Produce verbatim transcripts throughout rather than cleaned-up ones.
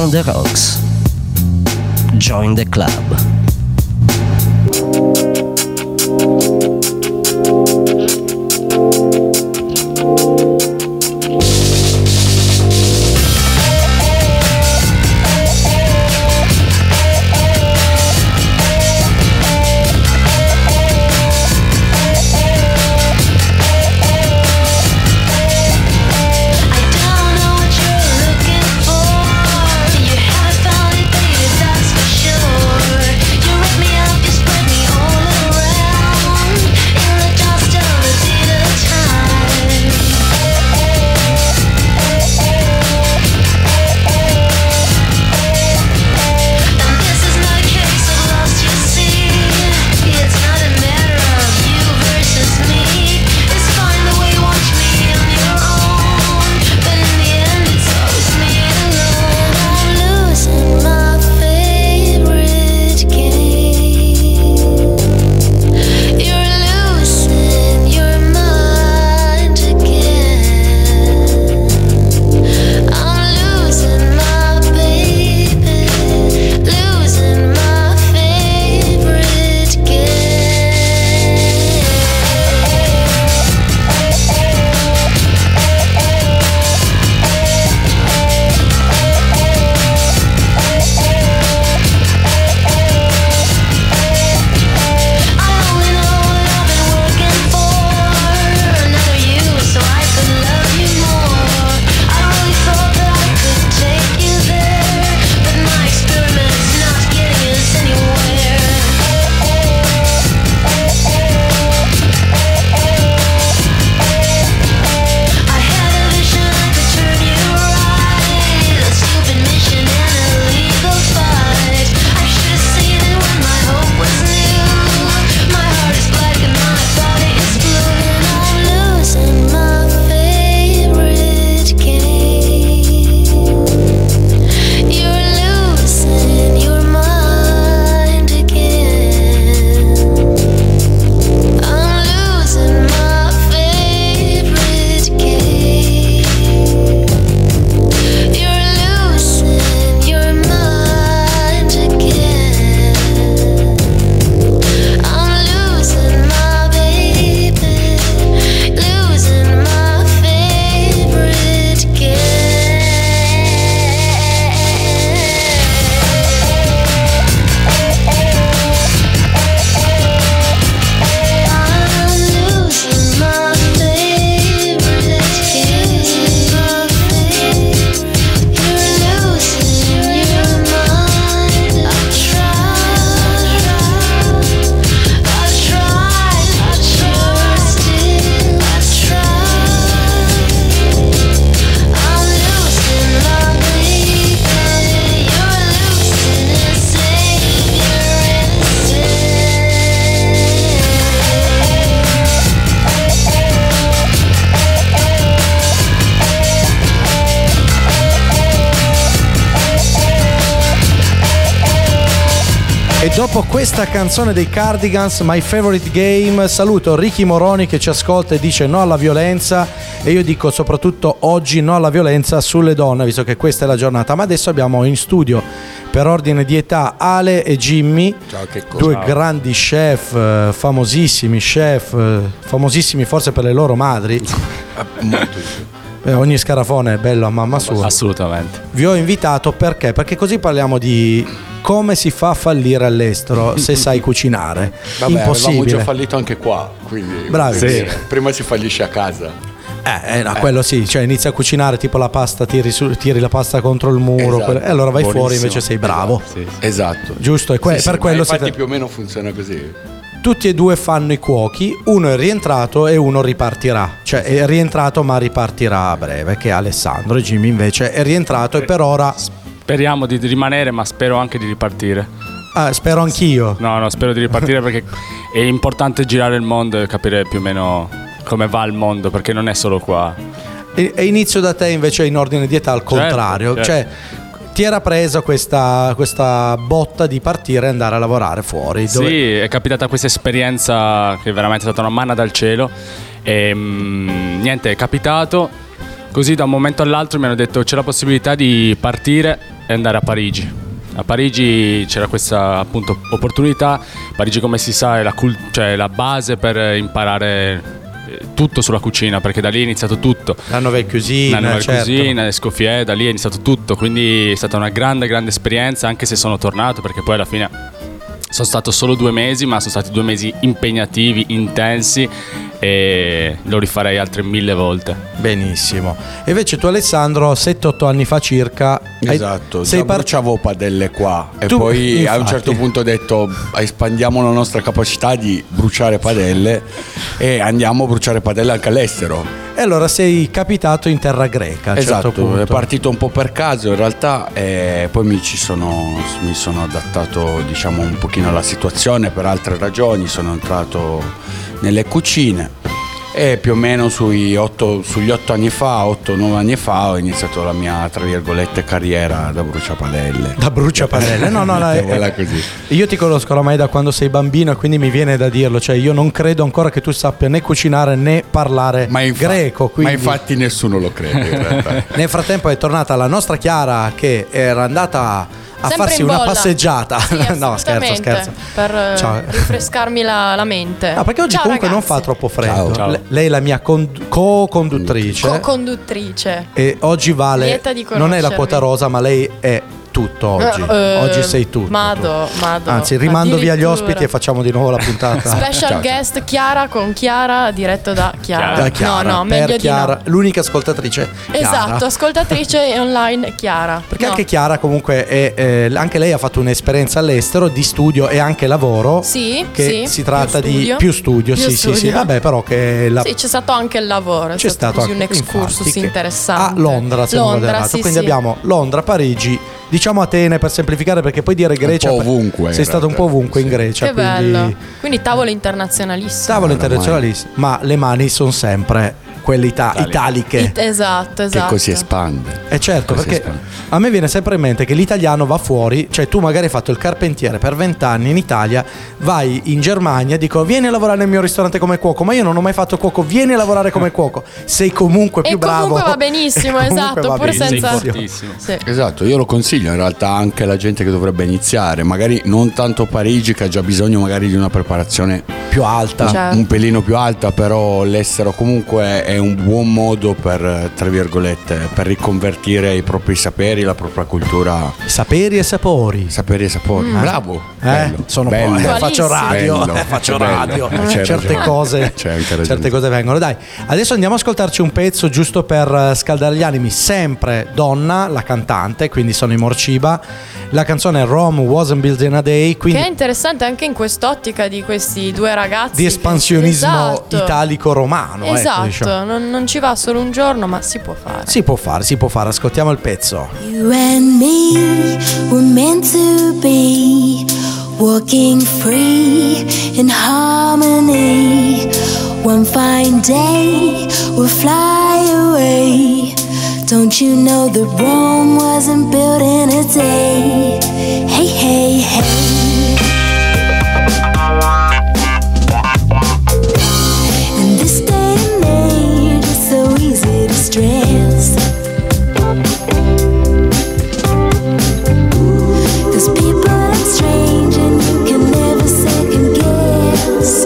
on the Rocks. Join the club. E dopo questa canzone dei Cardigans, My Favorite Game, saluto Ricky Moroni che ci ascolta e dice no alla violenza, e io dico soprattutto oggi no alla violenza sulle donne, visto che questa è la giornata. Ma adesso abbiamo in studio, per ordine di età, Ale e Jimmy. Ciao, che cosa? Due Ciao. grandi chef, famosissimi chef, famosissimi forse per le loro madri. Molto. Eh, ogni scarafone è bello a mamma sua. Assolutamente. Vi ho invitato perché? Perché così parliamo di come si fa a fallire all'estero se sai cucinare. Vabbè, Impossibile. avevamo già fallito anche qua, quindi bravi. Sì. Prima si fallisce a casa. Eh, eh, no, eh. quello sì, cioè inizia a cucinare tipo la pasta, tiri, su, tiri la pasta contro il muro, Esatto. quello, e allora vai Buonissimo. fuori invece sei bravo. Esatto, sì, sì. Esatto. Giusto, e que- sì, per sì, quello infatti siete... più o meno funziona così. Tutti e due fanno i cuochi, uno è rientrato e uno ripartirà, cioè è rientrato ma ripartirà a breve, che è Alessandro. E Jimmy invece è rientrato e per ora speriamo di rimanere, ma spero anche di ripartire. Ah, spero anch'io. No, no, spero di ripartire perché è importante girare il mondo e capire più o meno come va il mondo, perché non è solo qua. E, e inizio da te invece in ordine di età al contrario, certo, certo. cioè ti era presa questa, questa botta di partire e andare a lavorare fuori? Dove... Sì, è capitata questa esperienza che è veramente stata una manna dal cielo e mh, niente, è capitato. così da un momento all'altro mi hanno detto c'è la possibilità di partire e andare a Parigi. A Parigi c'era questa appunto opportunità. Parigi, come si sa, è la, cult- cioè, la base per imparare tutto sulla cucina, perché da lì è iniziato tutto. La nouvelle cuisine, la nouvelle certo. cuisine, Escoffier, da lì è iniziato tutto, quindi è stata una grande grande esperienza, anche se sono tornato, perché poi alla fine sono stato solo due mesi, ma sono stati due mesi impegnativi, intensi, e lo rifarei altre mille volte. Benissimo. E invece tu, Alessandro, sette otto anni fa circa, Esatto, hai, già sei par- bruciavo padelle qua e Tu- poi a un infatti. certo punto ho detto espandiamo la nostra capacità di bruciare padelle e andiamo a bruciare padelle anche all'estero. E allora sei capitato in terra greca. A un Esatto, certo punto. è partito un po' per caso in realtà, e poi mi ci sono, mi sono adattato, diciamo, un pochino alla situazione per altre ragioni, sono entrato nelle cucine e più o meno sui otto, sugli otto anni fa, otto nove anni fa ho iniziato la mia, tra virgolette, carriera da bruciapadelle. Da bruciapadelle. No, no, no, è- Mettiamola così. Io ti conosco oramai da quando sei bambino, quindi mi viene da dirlo. Cioè, io non credo ancora che tu sappia né cucinare né parlare Ma, infa- greco. Quindi... ma infatti nessuno lo crede in realtà. Nel frattempo è tornata la nostra Chiara, che era andata a Sempre farsi in una bolla. passeggiata. Sì, No, scherzo, assolutamente, scherzo. per eh, Ciao. rinfrescarmi la, la mente. No, perché oggi Ciao, comunque non ragazzi. fa troppo freddo. Ciao. Ciao. Le- lei è la mia con- co-conduttrice. Co-conduttrice. E oggi vale, Lieta di non è la conoscervi. quota rosa, ma lei è tutto oggi. Eh, oggi sei tutto. Mado, mado. Anzi, rimando via gli Addirittura. ospiti e facciamo di nuovo la puntata. Special Ciao. guest Chiara con Chiara, diretto da Chiara. Da Chiara, no, no, per meglio Chiara, di no. l'unica ascoltatrice. Chiara. Esatto, ascoltatrice online Chiara. Perché No. anche Chiara comunque è, eh, anche lei ha fatto un'esperienza all'estero di studio e anche lavoro. Sì, che sì, si tratta più di studio. più studio, Più sì, sì, sì. studio. Vabbè, però che la Sì, c'è stato anche il lavoro, c'è è stato, così anche- un excursus infatti, che- interessante. a Londra, se non vado Londra, errato. sì, Quindi sì. abbiamo Londra, Parigi, diciamo Atene per semplificare, perché poi dire Grecia po' ovunque, sei in stato un realtà, po' ovunque in sì. Grecia, Che quindi bello. Quindi tavolo internazionalissimo. tavolo Oramai. internazionalista, ma le mani sono sempre quelle ita- Italiche. italiche. It- esatto, esatto. Che così espande. Eh certo, Così perché espande. a me viene sempre in mente che l'italiano va fuori, cioè tu magari hai fatto il carpentiere per vent'anni in Italia, vai in Germania, dico vieni a lavorare nel mio ristorante come cuoco, ma io non ho mai fatto cuoco, vieni a lavorare come cuoco, sei comunque più E bravo. comunque va benissimo, E comunque esatto, va pur benissimo. senza- Fortissimo. Sì. Esatto, io lo consiglio in realtà anche alla gente che dovrebbe iniziare, magari non tanto Parigi che ha già bisogno magari di una preparazione Più alta. Certo. un pelino più alta, però l'estero comunque è un buon modo per, tra virgolette, per riconvertire i propri saperi, la propria cultura, Saperi e sapori. saperi e sapori. Bravo, Eh? bello, Sono bello. poi, eh, faccio radio, Bello, eh, faccio bello. radio. Eh, c'hai Certe ragione. cose, C'hai anche ragione. certe cose vengono. Dai, adesso andiamo a ascoltarci un pezzo giusto per eh, scaldare gli animi. Sempre donna, la cantante, quindi sono i Morciba. La canzone Rome Wasn't Built in a Day, quindi Che è interessante anche in quest'ottica di questi due ragazzi. di che- espansionismo Esatto. italico-romano. ecco, Esatto, diciamo. non, non ci va solo un giorno, ma si può fare. Si può fare, si può fare. Ascoltiamo il pezzo. You and me were meant to be walking free in harmony. One fine day we'll fly away. Don't you know that Rome wasn't built in a day? Hey, hey, hey. In this day and age, it's so easy to stress. 'Cause people act strange and you can never second guess.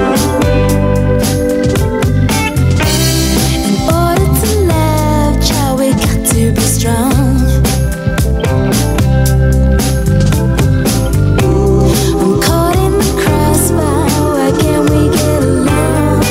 In order to love, child, we got to be strong. I'm caught in the crossfire, why can't we get along?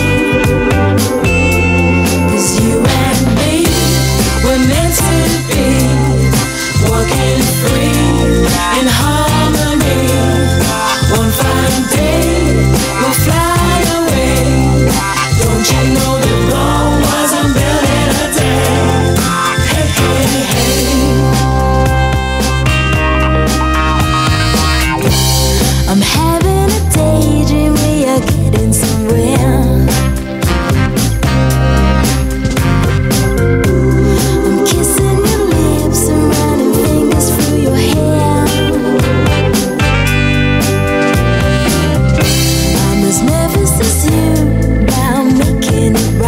'Cause you and me, we're meant to be walking free in harmony. One fine day we'll fly away. Don't you know that Rome wasn't built in a day? Hey, hey, hey. I'm having a daydream, we are getting somewhere. I'm kissing your lips and running fingers through your hair. I'm as nervous as you about making it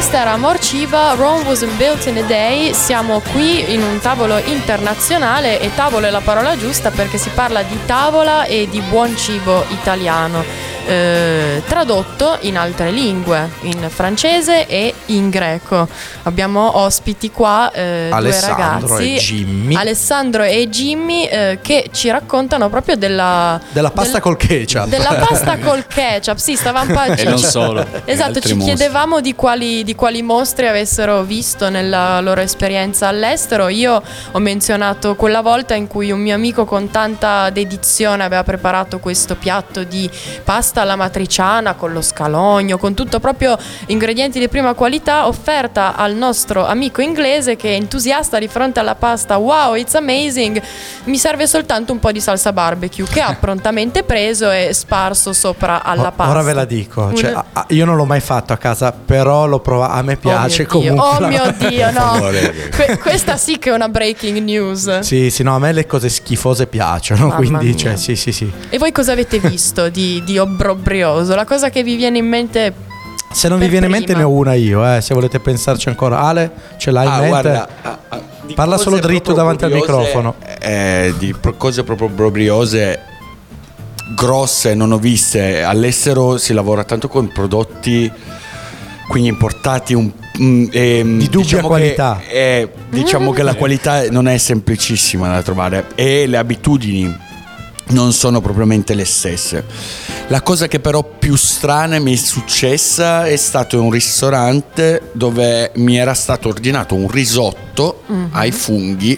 questa era Morciva, Rome wasn't built in a day. Siamo qui in un tavolo internazionale e tavolo è la parola giusta perché si parla di tavola e di buon cibo italiano. Eh, tradotto in altre lingue, in francese e in greco. Abbiamo ospiti qua, eh, Alessandro due ragazzi, e Jimmy. Alessandro e Jimmy, eh, che ci raccontano proprio della Della pasta del, col ketchup. Della pasta col ketchup, sì, stavamo pa- E non solo. Esatto, ci mostri. chiedevamo di quali, di quali mostri avessero visto nella loro esperienza all'estero. Io ho menzionato quella volta in cui un mio amico con tanta dedizione aveva preparato questo piatto di pasta alla matriciana con lo scalogno, con tutto proprio ingredienti di prima qualità, offerta al nostro amico inglese che è entusiasta di fronte alla pasta. Wow, it's amazing, mi serve soltanto un po' di salsa barbecue, che ha prontamente preso e sparso sopra alla O- pasta. Ora ve la dico, cioè, Un- a- a- io non l'ho mai fatto a casa, però l'ho provato, a me piace oh mio Dio, comunque. oh mio Dio, no. favore. Que- questa sì che è una breaking news. Sì, sì, no, a me le cose schifose piacciono, Mamma quindi mia. cioè, sì, sì, sì. E voi cosa avete visto di, di obbrobrioso? La cosa che vi viene in mente? Se non vi Per viene in mente prima. ne ho una io, eh, se volete pensarci ancora. Ale, ce l'hai in Ah, mente? guarda, ah, ah, di Parla cose solo dritto proprio davanti al brobriose, microfono. eh, di pro- cose proprio brobriose grosse non ho viste. All'estero si lavora tanto con prodotti quindi importati un, mm, ehm, Di dubbia diciamo qualità. Che, eh, diciamo che la qualità non è semplicissima da trovare e le abitudini non sono propriamente le stesse. La cosa che però più strana mi è successa è stato in un ristorante dove mi era stato ordinato un risotto ai funghi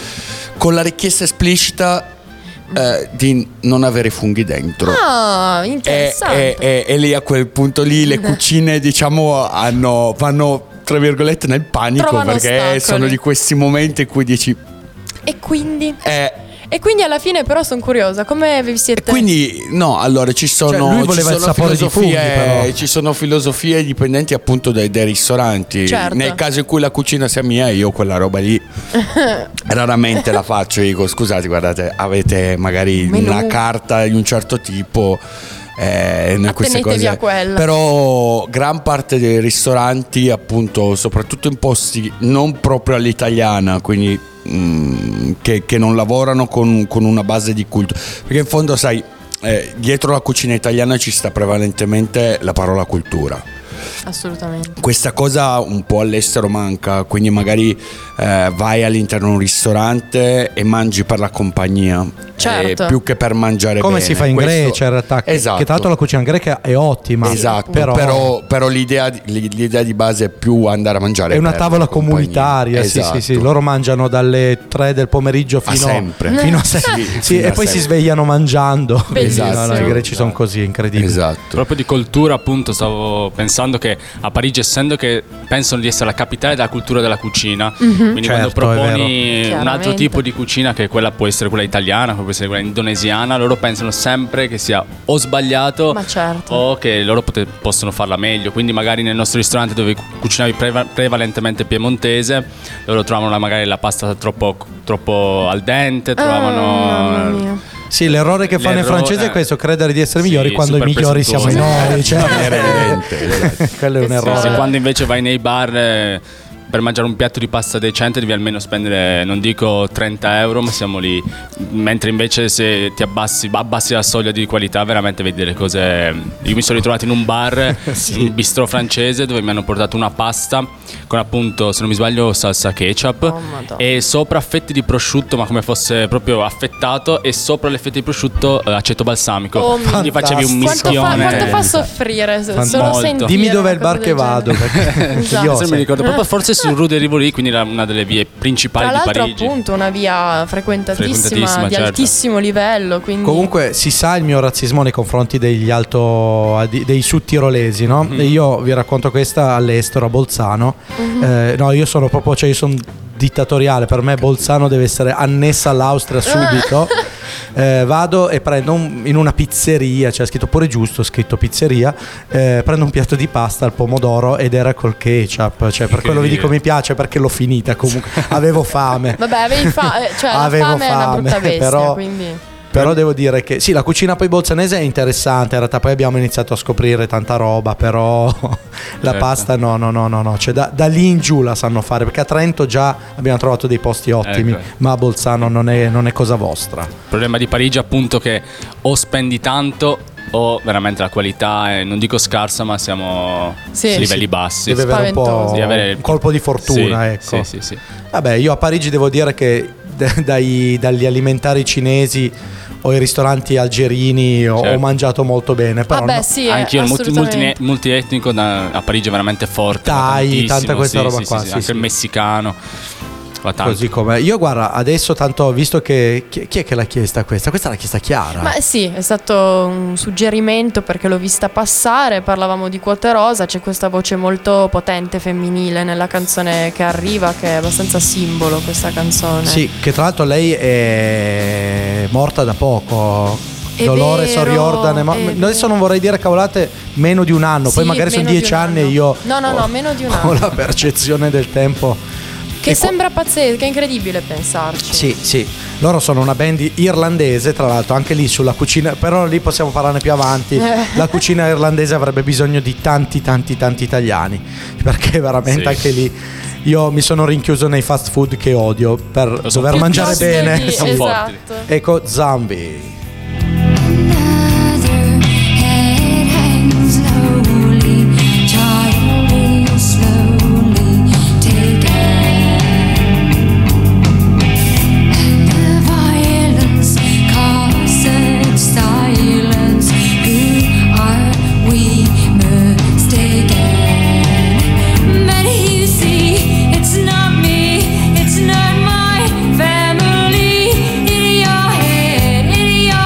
con la richiesta esplicita eh, di non avere funghi dentro. Ah, E, interessante. e- e- e lì a quel punto lì le cucine diciamo hanno, vanno tra virgolette nel panico Trovano perché ostacoli. sono di questi momenti in cui dici E quindi? eh, E quindi alla fine però sono curiosa, come vi siete? quindi no, allora ci sono, Cioè, lui ci voleva il sono sapore di filosofie, funghi, però. ci sono filosofie dipendenti appunto dai, dai ristoranti. Certo. Nel caso in cui la cucina sia mia, io quella roba lì raramente la faccio. Dico scusate, guardate, avete magari Menù. una carta di un certo tipo. Eh, noi queste Attenetevi cose a quella. però gran parte dei ristoranti appunto soprattutto in posti non proprio all'italiana quindi mm, che, che non lavorano con, con una base di cultura perché in fondo sai eh, dietro la cucina italiana ci sta prevalentemente la parola cultura. Assolutamente. Questa cosa un po' all'estero manca, quindi magari eh, vai all'interno di un ristorante e mangi per la compagnia, Certo. eh, più che per mangiare Come bene. si fa in Questo- Grecia in realtà, che- Esatto. che tra l'altro la cucina greca è ottima. Esatto, però, però, però l'idea, di- l'idea di base è più andare a mangiare. è una per tavola la compagnia. comunitaria, sì, Esatto. sì, sì, loro mangiano dalle tre del pomeriggio A fino sempre. fino a sei. Sì, Sì, fino e a poi si sempre. svegliano mangiando. Bellissimo. No, no, i greci sono così, incredibili. Esatto. Proprio di cultura, appunto, stavo pensando che a Parigi, essendo che pensano di essere la capitale della cultura della cucina, quindi Certo, quando è proponi un altro Chiaramente. tipo di cucina, che quella può essere quella italiana, può essere quella indonesiana, loro pensano sempre che sia o sbagliato Ma certo. o che loro pote- possono farla meglio. Quindi magari nel nostro ristorante dove cucinavi preva- prevalentemente piemontese, loro trovano la- magari la pasta troppo, troppo al dente, Ah, mamma trovano... mia. Sì, l'errore che fanno i L'errore- francesi è questo, credere di essere Sì, migliori quando i super migliori siamo presuntuosi. noi. Cioè, Era evidente. quello è un Sì, errore. Sì, quando invece vai nei bar eh, per mangiare un piatto di pasta decente devi almeno spendere, non dico trenta euro, ma siamo lì. Mentre invece se ti abbassi, abbassi la soglia di qualità, veramente vedi delle cose. Io mi sono ritrovato in un bar, un bistrò francese, dove mi hanno portato una pasta con appunto, se non mi sbaglio, salsa ketchup Oh, Madonna. e sopra fetti di prosciutto, ma come fosse proprio affettato, e sopra le fette di prosciutto eh, aceto balsamico. Oh, Quindi facevi un Quanto fa, mischione. quanto fa soffrire se- solo Molto. sentire Dimmi dov'è una il bar cosa che del vado. genere. Perché Esatto. io Se mi ricordo, proprio forse su Rue de Rivoli, quindi la- una delle vie principali Tra di l'altro Parigi. appunto una via frequentatissima, Frequentatissima, di certo. altissimo livello, quindi Comunque si sa il mio razzismo nei confronti degli alto di- dei sudtirolesi, no? E io vi racconto questa all'estero a Bolzano. Eh, no, io sono proprio, cioè io sono dittatoriale, per me Bolzano deve essere annessa all'Austria subito. Eh, vado e prendo un- in una pizzeria, c'è scritto pure giusto, scritto pizzeria, eh, prendo un piatto di pasta al pomodoro ed era col ketchup, cioè per quello vi dico mi piace perché l'ho finita comunque, avevo fame. vabbè avevi fa- eh, cioè la Avevo fame, è una fame, brutta bestia, però- quindi Però devo dire che sì, la cucina poi bolzanese è interessante, in realtà poi abbiamo iniziato a scoprire tanta roba, però la Certo. pasta no, no, no, no, no. Cioè da, da lì in giù la sanno fare, perché a Trento già abbiamo trovato dei posti ottimi, Ecco. ma a Bolzano non è, non è cosa vostra. Il problema di Parigi è appunto che o spendi tanto o veramente la qualità è, non dico scarsa, ma siamo Sì. a livelli Sì, bassi. Deve avere un po' Spaventoso. Devi avere un colpo di fortuna, Sì, ecco. Sì, sì, sì. Vabbè, io a Parigi devo dire che d- dai, dagli alimentari cinesi o i ristoranti algerini ho, Certo. ho mangiato molto bene. Però Vabbè, no- sì, Anche io il multi, assolutamente. multi- multietnico da- a Parigi è veramente forte. Thai, va tantissimo, tanta questa sì, roba sì, qua, sì, sì, anche sì. il messicano. Va tanto. Così come io, guarda, adesso tanto ho visto che chi, chi è che l'ha chiesta questa? Questa l'ha chiesta Chiara. Ma sì, è stato un suggerimento perché l'ho vista passare, parlavamo di quote rosa, c'è questa voce molto potente femminile nella canzone che arriva, che è abbastanza simbolo questa canzone. Sì, che tra l'altro lei è morta da poco. È Dolores vero, O'Riordan è mo- è adesso vero. non vorrei dire cavolate, meno di un anno, poi Sì, magari sono meno di dieci un anni e anno. io No, no, no, ho- meno di un ho anno. la percezione del tempo. Che E qua- sembra pazzesco, che è incredibile pensarci. Sì, sì, loro sono una band irlandese, tra l'altro, anche lì sulla cucina, però lì possiamo parlarne più avanti. La cucina irlandese avrebbe bisogno di tanti, tanti, tanti italiani, perché veramente Sì. anche lì io mi sono rinchiuso nei fast food che odio per Lo so, dover più mangiare Piuttosto bene. di- Sono forti. esatto. Ecco, Zombie. Another head hangs lowly, child is slowly taken, and the violence causes silence. Who are we mistaken? But you see, it's not me, it's not my family. In your head, in your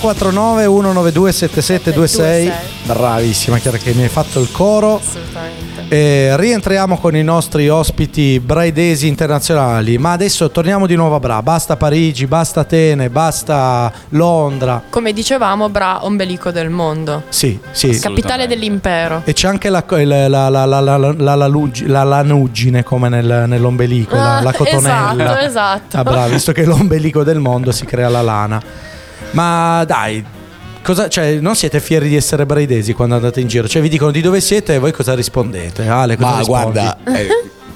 quattro nove uno nove due sette sette due sei. Bravissima Chiara che mi hai fatto il coro. Assolutamente. E rientriamo con i nostri ospiti braidesi internazionali, ma adesso torniamo di nuovo a Bra. Basta Parigi, basta Atene, basta Londra. Come dicevamo, Bra, ombelico del mondo. Sì, sì. Capitale dell'impero. E c'è anche la, la, la, la, la, la, la, la, lug- la lanuggine come nel, nell'ombelico, la, la cotonella. Esatto, esatto. Ah, bravo, visto che è l'ombelico del mondo si crea la lana. Ma dai, cosa, cioè, non siete fieri di essere braidesi quando andate in giro? Cioè vi dicono di dove siete e voi cosa rispondete? Ale, cosa Ma rispondi? guarda, eh,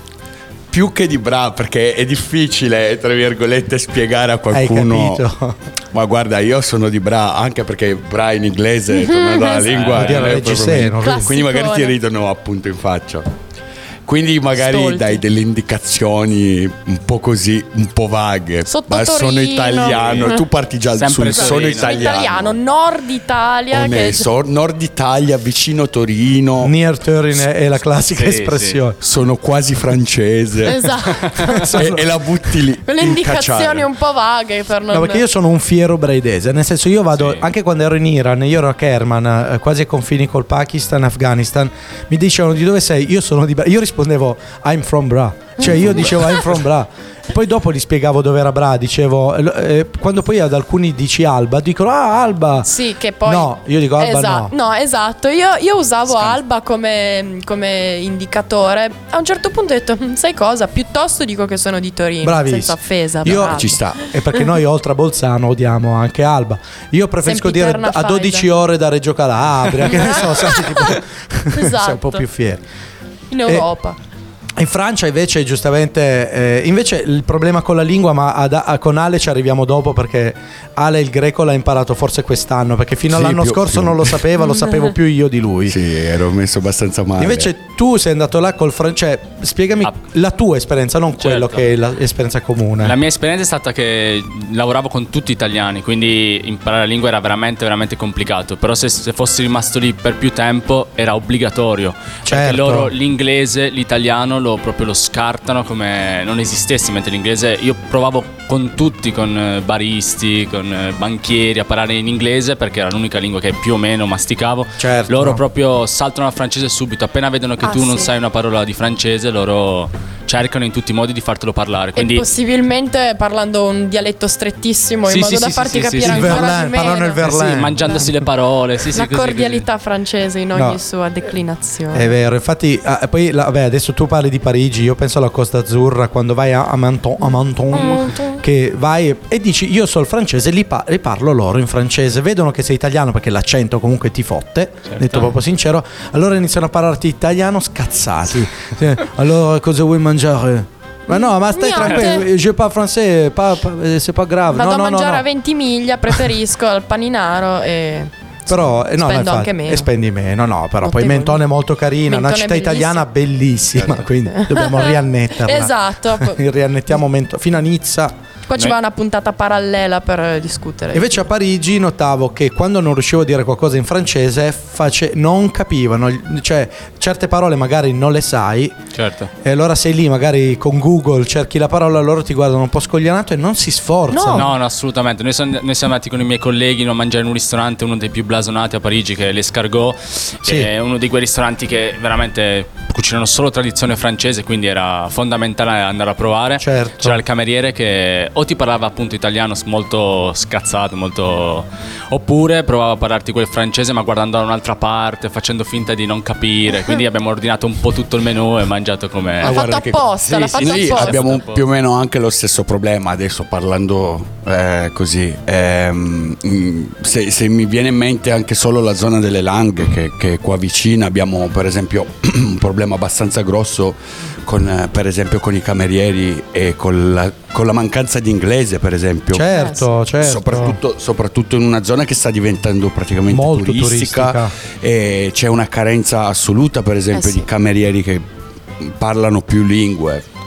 più che di Bra, perché è difficile, tra virgolette, spiegare a qualcuno. Hai capito? Ma guarda, io sono di Bra, anche perché Bra in inglese, tornando alla lingua, Vuol dire non è reggiseno, proprio- quindi magari ti Classicone. ridono appunto in faccia. Quindi magari Stolti. dai delle indicazioni un po' così, un po' vaghe. Sotto Ma sono Torino. italiano, tu parti già Sempre sul sono Torino. italiano. Italiano, Nord Italia. Che Onesto, Nord Italia, vicino Torino. Near Turin è la classica Sì, espressione. Sono quasi francese. Esatto. e, e la butti lì. Quelle in indicazioni cacciare. un po' vaghe per non... No, perché io sono un fiero braidese, nel senso io vado, Sì. anche quando ero in Iran, io ero a Kerman, eh, quasi ai confini col Pakistan, Afghanistan, mi dicevano di dove sei, io sono di Bra, io rispondevo I'm from Bra, cioè io dicevo I'm from Bra. Poi dopo gli spiegavo dove era Bra, dicevo, eh, quando poi ad alcuni dici Alba, dicono ah Alba. Sì, che poi... No, io dico Alba Esa- no. no, esatto. Io, io usavo Alba come, come indicatore. A un certo punto ho detto, "Mm, sai cosa? Piuttosto dico che sono di Torino, Bravissimo. senza offesa. Io- bravo. Ci sta. E perché noi oltre a Bolzano odiamo anche Alba. Io preferisco dire Sempiterna a dodici faida. ore da Reggio Calabria, che ne so, sai, tipo, sei Esatto. un po' più fieri. In Europa. In Francia invece giustamente eh, invece il problema con la lingua, ma ad- a- con Ale ci arriviamo dopo perché Ale il greco l'ha imparato forse quest'anno, perché fino Sì, all'anno più- scorso più. non lo sapeva, lo sapevo più io di lui. Sì, ero messo abbastanza male. Invece tu sei andato là col francese, spiegami Ah. la tua esperienza, non quello Certo. che è la- l'esperienza comune. La mia esperienza è stata che lavoravo con tutti italiani, quindi imparare la lingua era veramente veramente complicato. Però se, se fossi rimasto lì per più tempo era obbligatorio. Certo. Perché loro l'inglese, l'italiano lo proprio lo scartano come non esistesse, mentre l'inglese io provavo con tutti, con eh, baristi, con eh, banchieri a parlare in inglese perché era l'unica lingua che più o meno masticavo. Certo. Loro proprio saltano al francese subito, appena vedono che Ah, tu non sì. sai una parola di francese, loro cercano in tutti i modi di fartelo parlare. Quindi E possibilmente parlando un dialetto strettissimo in Sì, modo sì, da sì, farti sì, sì, capire sì. Il ancora Verlaine, di meno. parlano il Eh Verlaine. sì, mangiandosi le parole, sì, sì, La così, così. cordialità francese in ogni No. sua declinazione. È vero, infatti, ah, poi la- vabbè, adesso tu parli di Parigi, io penso alla Costa Azzurra, quando vai a, a Menton, a Menton, Menton. che vai e, e dici io so il francese, li, pa- li parlo loro in francese, vedono che sei italiano perché l'accento comunque ti fotte, detto proprio sincero, allora iniziano a parlarti italiano scazzati. Sì, allora cosa vuoi mangiare? Ma no, ma stai Niente. tranquillo, je parle français, pas, pas, c'est pas grave. Vado no, a no, no, mangiare no. a Ventimiglia, preferisco al paninaro e... Però eh, no, Spendo no, infatti, anche meno. e spendi meno, no, però poi Notevole. Mentone è molto carina, una Mentone città è italiana bellissima, quindi dobbiamo riannetterla. Esatto. Riannettiamo Mentone fino a Nizza. Qua ci va una puntata parallela per eh, discutere. Invece a Parigi notavo che quando non riuscivo a dire qualcosa in francese face- non capivano, cioè certe parole magari non le sai Certo. e allora sei lì magari con Google cerchi la parola, loro ti guardano un po' scoglianato e non si sforzano. No, no, assolutamente. Noi, son- noi siamo andati con i miei colleghi a mangiare in un ristorante, uno dei più blasonati a Parigi, che è l'Escargot. Sì. È uno di quei ristoranti che veramente cucinano solo tradizione francese, quindi era fondamentale andare a provare. Certo. C'era il cameriere che o ti parlava appunto italiano molto scazzato, molto... oppure provava a parlarti quel francese ma guardando da un'altra parte, facendo finta di non capire. Quindi abbiamo ordinato un po' tutto il menù e mangiato come... L'ha fatto guarda che- apposta, Sì, l'ha sì, fatto Sì, apposta. abbiamo apposta. più o meno anche lo stesso problema adesso parlando eh, così. Ehm, mm, se, se mi viene in mente anche solo la zona delle Langhe che, che è qua vicina, abbiamo per esempio un problema abbastanza grosso con, eh, per esempio con i camerieri e con la, con la mancanza di inglese per esempio. Certo, certo. Soprattutto, soprattutto in una zona che sta diventando praticamente Molto turistica, turistica. e c'è una carenza assoluta per esempio Eh sì. di camerieri che parlano più lingue.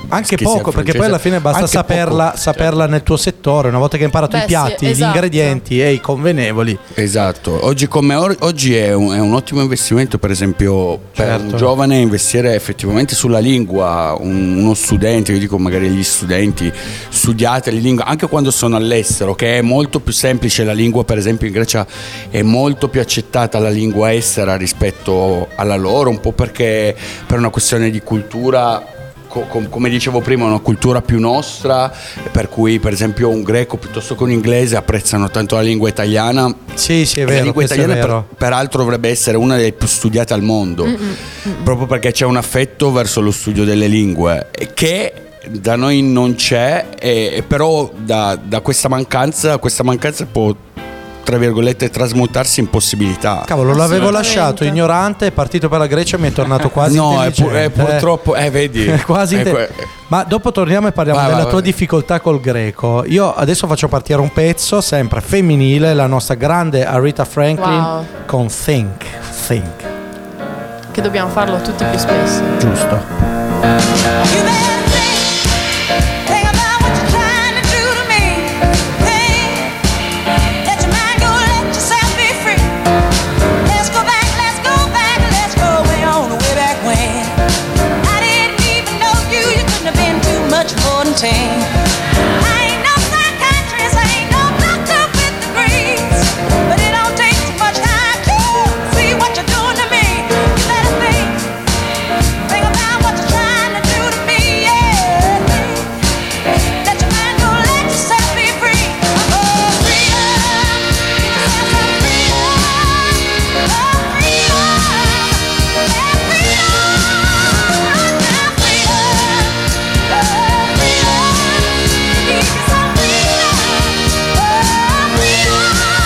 Anche che sia poco, perché francese. poi alla fine basta Anche saperla, poco, saperla certo. nel tuo settore. Una volta che hai imparato Beh, i piatti, sì, esatto. gli ingredienti e i convenevoli. Esatto, oggi come or- oggi è un, è un ottimo investimento, per esempio per Certo. un giovane investire effettivamente sulla lingua, un- uno studente, io dico magari agli studenti, studiate la lingua anche quando sono all'estero, che è molto più semplice la lingua, per esempio in Grecia è molto più accettata la lingua estera rispetto alla loro, un po' perché per una questione di cultura. Come dicevo prima, una cultura più nostra, per cui per esempio un greco piuttosto che un inglese apprezzano tanto la lingua italiana. Sì, sì, è E vero. la lingua questo è italiana vero. per, peraltro dovrebbe essere una delle più studiate al mondo, proprio perché c'è un affetto verso lo studio delle lingue che da noi non c'è, e, però da, da questa mancanza questa mancanza può, tra virgolette, trasmutarsi in possibilità. Cavolo, l'avevo Assolutamente. lasciato ignorante, è partito per la Grecia e mi è tornato quasi No, è, pu- è intelligente, eh. purtroppo, eh, vedi, Quasi Ecco, inte- Ma dopo torniamo e parliamo Vai, della vai, tua vai. difficoltà col greco. Io adesso faccio partire un pezzo sempre femminile, la nostra grande Aretha Franklin Wow. con Think, Think. Che dobbiamo farlo tutti più spesso. Giusto. You better think, think about what you're trying to do to me. Think, let your mind go, let yourself be free. Let's go back, let's go back, let's go way on, way back when. I didn't even know you, you couldn't have been too much more than ten. I ain't no psychiatrist, I ain't no doctor with degrees, but it don't take too much time to see what you're doing to me. You better think. Think about what you're trying to do to me, yeah. Let your mind go, let yourself be free. Oh, freedom, give yourself some freedom. Oh, freedom, yeah, freedom. Now freedom, oh, freedom, give you some freedom. Oh, freedom.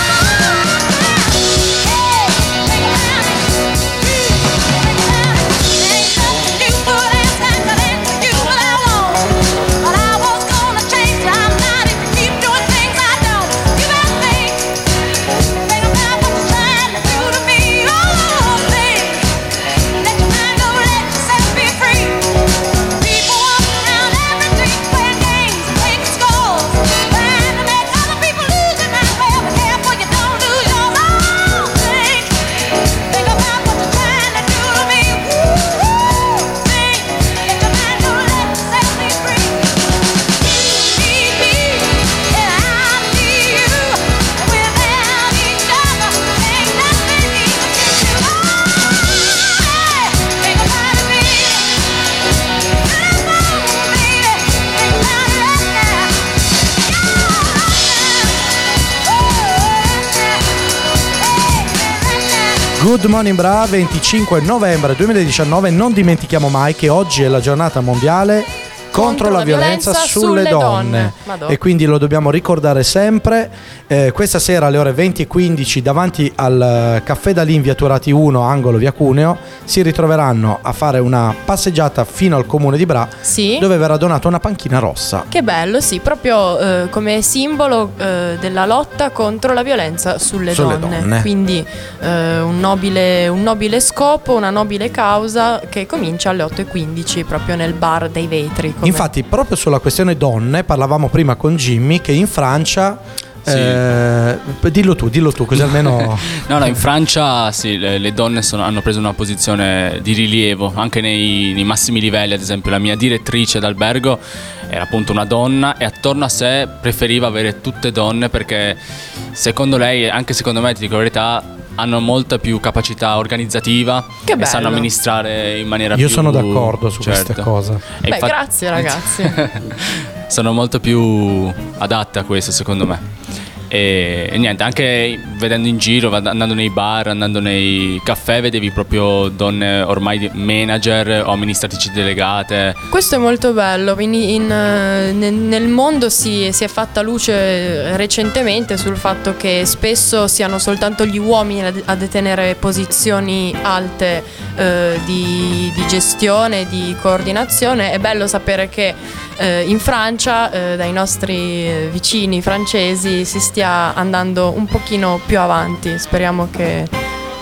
Hey, think about it. Think about it. Ain't nothing new for that time, 'cause I ain't do what I want. But I was gonna change, I'm not if you keep doing things I don't. You better think, think about what you're trying to do to me. Oh, think, let your mind go, let yourself be free. People walk around every day playing games and taking scores, trying to make other people lose their mind. Well, be careful you don't lose yours. Oh, think, think about what you're trying to do to me. Woo, think, let your mind go, let yourself be free. You need me, and I need you. Without each other, ain't nothing easy to do. Oh, hey, think about it, baby. Come on, baby, think about it right now. Good Morning Bra, venticinque novembre duemiladiciannove. Non dimentichiamo mai che oggi è la giornata mondiale contro la violenza sulle donne, Madonna. e quindi lo dobbiamo ricordare sempre. Eh, questa sera alle ore venti e quindici davanti al eh, Caffè D'Alì via Turati uno, angolo via Cuneo, si ritroveranno a fare una passeggiata fino al comune di Bra, Sì. dove verrà donata una panchina rossa. Che bello, sì, proprio eh, come simbolo eh, della lotta contro la violenza sulle, Sulle donne. donne. Quindi eh, un, nobile, un nobile scopo, una nobile causa che comincia alle otto e quindici proprio nel bar dei vetri. come- Infatti, proprio sulla questione donne, parlavamo prima con Jimmy che in Francia. Sì. eh, dillo tu, dillo tu, così almeno. No, no, in Francia sì, le, le donne sono- hanno preso una posizione di rilievo anche nei, nei massimi livelli. Ad esempio la mia direttrice d'albergo era appunto una donna e attorno a sé preferiva avere tutte donne perché secondo lei, anche secondo me, ti dico la verità, hanno molta più capacità organizzativa Che e bello. sanno amministrare in maniera Io più... sono d'accordo su certo. queste cose. E Beh, infatti- grazie ragazzi. sono molto più adatte a questo, secondo me. E, e niente, anche vedendo in giro, vado- andando nei bar, andando nei caffè, vedevi proprio donne ormai di- manager o amministratrici delegate. Questo è molto bello, quindi in, eh, nel, nel mondo si, si è fatta luce recentemente sul fatto che spesso siano soltanto gli uomini a, a detenere posizioni alte eh, di, di gestione, di coordinazione. È bello sapere che eh, in Francia, eh, dai nostri vicini francesi, si stia andando un pochino più avanti. Speriamo che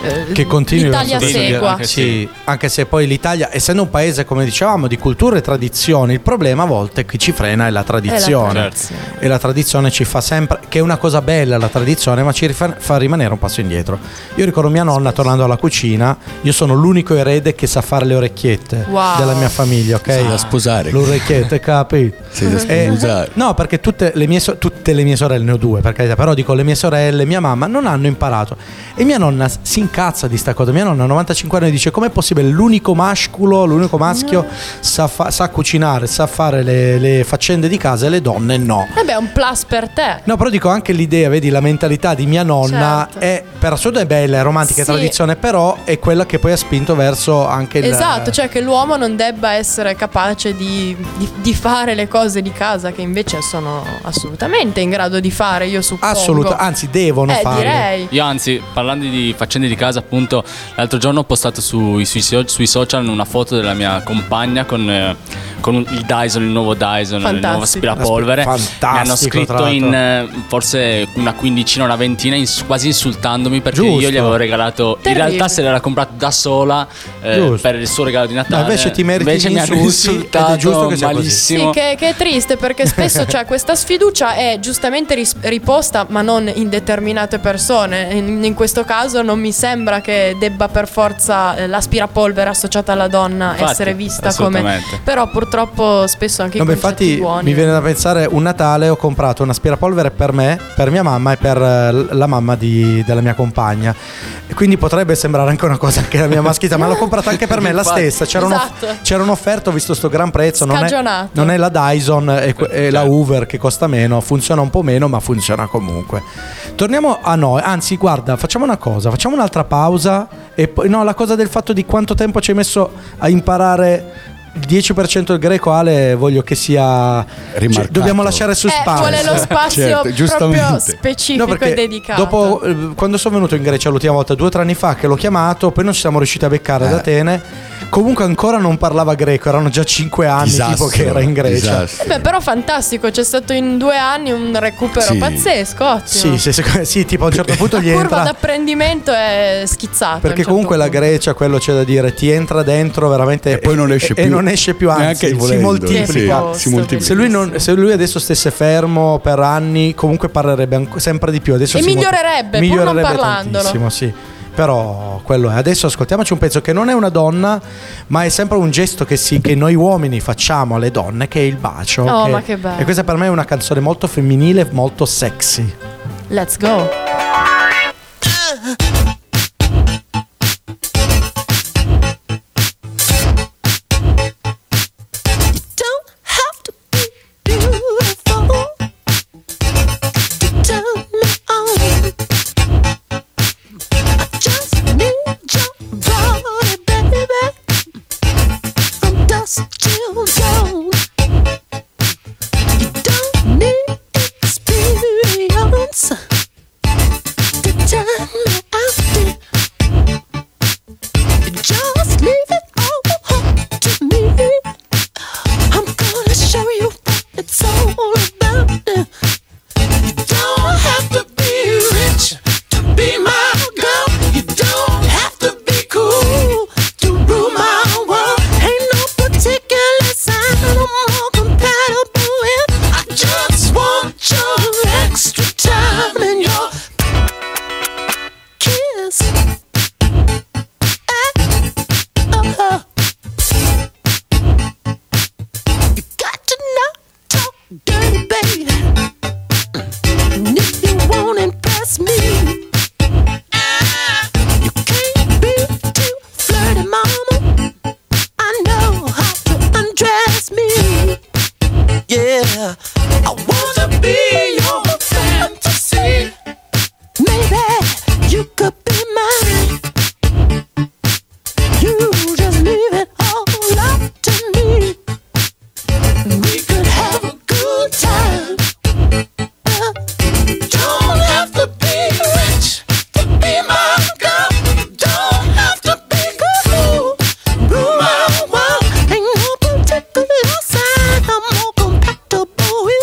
eh, che continui l'Italia verso questo segua. via- sì, anche se poi l'Italia, essendo un paese come dicevamo di culture e tradizioni, il problema a volte che ci frena è la tradizione. tradizione. E la tradizione ci fa sempre, che è una cosa bella la tradizione, ma ci rifa- fa rimanere un passo indietro. Io ricordo mia nonna tornando alla cucina, io sono l'unico erede che sa fare le orecchiette Wow. della mia famiglia, ok? Sei da sposare. Le orecchiette, capi? Sei da Eh, sposare. no, perché tutte le mie so- tutte le mie sorelle, ne ho due per carità, però dico le mie sorelle, mia mamma non hanno imparato. E mia nonna si incazza di sta cosa. Mia nonna a novantacinque anni dice: com'è possibile l'unico mascolo, l'unico maschio sa, fa- sa cucinare, sa fare le, le faccende di casa e le donne no. Eh beh, è un plus per te. No, però dico anche l'idea, vedi, la mentalità di mia nonna Certo. è per assurdo è bella, è romantica, è Sì. tradizione, però è quella che poi ha spinto verso anche il Esatto, cioè che l'uomo non debba essere capace di, di- di fare le cose di casa che invece sono assolutamente in grado di fare, io suppongo. assoluta, anzi devono Eh, farlo. direi. Io anzi, parlando di faccende di casa, appunto, l'altro giorno ho postato sui, sui, so- sui social una foto della mia compagna con, eh, con un- il Dyson, il nuovo Dyson, il nuovo Fantastico. aspirapolvere. Fantastico, Mi hanno tra scritto l'altro. in eh, forse una quindicina, una ventina, ins- quasi insultandomi perché Giusto. io gli avevo regalato. In Terribile. realtà se l'era comprato da sola eh, Giusto. per il suo regalo di Natale. No, invece ti meriti Invece gli mi hanno insulti ed è insultato giusto che sia così. malissimo. Sì, che, che è triste perché spesso c'è questa sfiducia è giustamente ris- riposta ma non in determinate persone. In, in questo caso non mi sembra che debba per forza eh, l'aspirapolvere associata alla donna Infatti, essere vista come. assolutamente. Però purtroppo spesso anche No, i beh, concetti infatti buoni. mi viene da pensare, un Natale ho comprato un aspirapolvere per me, per mia mamma e per eh, la mamma di- della mia compagna. E quindi potrebbe sembrare anche una cosa anche la mia maschita, ma l'ho comprata anche per me, la Infatti. stessa. C'era, Esatto. un'off- c'era un'offerta, ho visto sto gran prezzo. Non è, Scagionato. non è la Dyson e, que- e la Certo. Hoover che costa meno, funziona un po' meno, ma funziona comunque. Torniamo a noi, anzi, guarda, facciamo una cosa, facciamo un'altra pausa. E poi, no, la cosa del fatto di quanto tempo ci hai messo a imparare. Il dieci per cento del greco, Ale, voglio che sia. Rimarcato. Cioè, dobbiamo lasciare Eh, suspense. vuole lo spazio Certo, proprio giustamente. specifico No, perché e dedicato. dopo, eh, quando sono venuto in Grecia l'ultima volta, due o tre anni fa, che l'ho chiamato, poi non ci siamo riusciti a beccare ad Eh. Atene. Comunque ancora non parlava greco, erano già cinque anni Disastro, tipo che era in Grecia. disastro. Eh beh, però fantastico, c'è stato in due anni un recupero Sì. pazzesco, ottimo. Sì, sì, sì, sì, tipo a un certo punto La gli curva entra. d'apprendimento è schizzata. a un Perché certo comunque la punto. Grecia, quello c'è da dire, ti entra dentro veramente E poi non esce e, più. e non esce più, anzi, Neanche si volendo. moltiplica. Sì, si moltiplica. Se lui, non- se lui adesso stesse fermo per anni, comunque parlerebbe anco- sempre di più. Adesso E si molti- migliorerebbe, pur non parlandolo. tantissimo, sì. Però quello è. Adesso ascoltiamoci un pezzo che non è una donna, ma è sempre un gesto che, si, che noi uomini facciamo alle donne, che è il bacio. Oh, ma che bello. E questa per me è una canzone molto femminile, molto sexy. Let's go. Don't have to be beautiful to turn me on. I just need your body, baby, from dusk till dawn. You don't need experience to turn me out. Just leave it all to me. I'm gonna show you what it's all about. You don't have to be rich to be my girl. You don't have to be cool to rule my world. Ain't no particular sign I'm more compatible with. I just want your extra time and your kiss. Uh-huh. You got to not talk dirty, baby. And if you won't impress me, you can't be too flirty, mama. I know how to undress me. Yeah, I wanna be your fantasy. Maybe you could be mine. You just leave it all up to me. We could have a good time. Uh, don't have to be rich to be my girl. Don't have to be cool. Rule my world. Ain't no particular sign I'm more compatible with.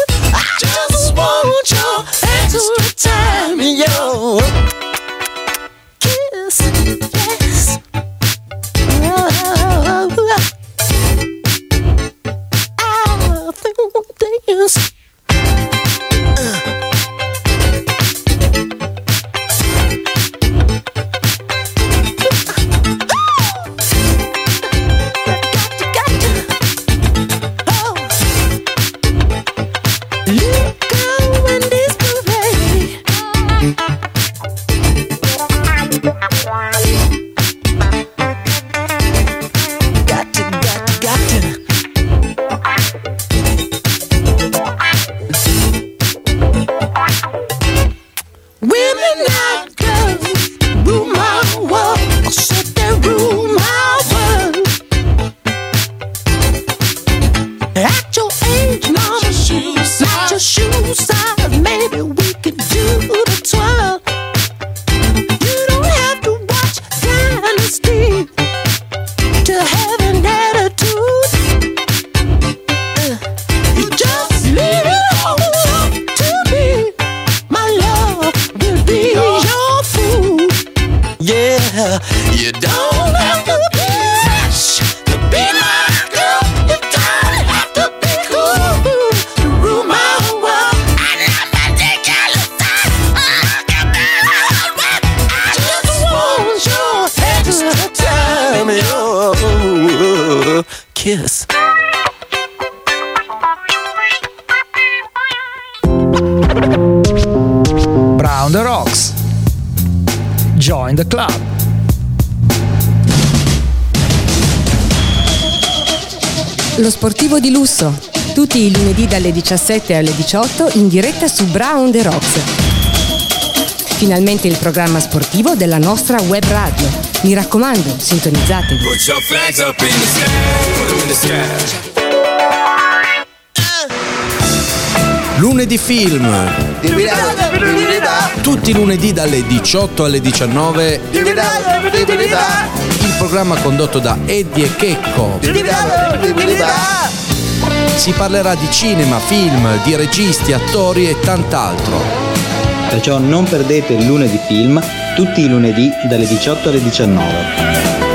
Kiss. Brown the Rocks. Join the club. Lo sportivo di lusso, tutti i lunedì dalle diciassette alle diciotto in diretta su Brown the Rocks. Finalmente il programma sportivo della nostra web radio. Mi raccomando, sintonizzatevi. Put your flags up in the sky, put 'em in the sky. Lunedì Film. Tutti i lunedì dalle diciotto alle diciannove. Il programma condotto da Eddie e Checco. Si parlerà di cinema, film, di registi, attori e tant'altro. Perciò non perdete il Lunedì Film tutti i lunedì dalle diciotto alle diciannove.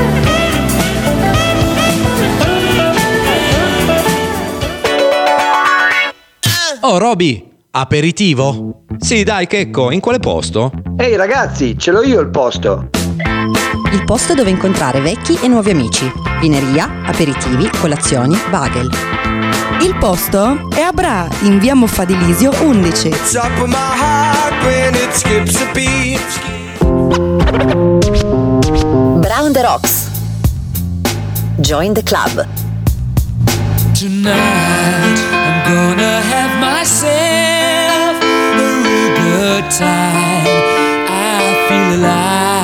Oh Roby, aperitivo? Sì dai Checco, in quale posto? Ehi ragazzi, ce l'ho io il posto. Il posto dove incontrare vecchi e nuovi amici. Vineria, aperitivi, colazioni, bagel. Il posto è a Bra, in via Moffadilisio undici. Brown the Rocks. Join the club. Tonight I'm gonna have myself a real good time. I feel alive.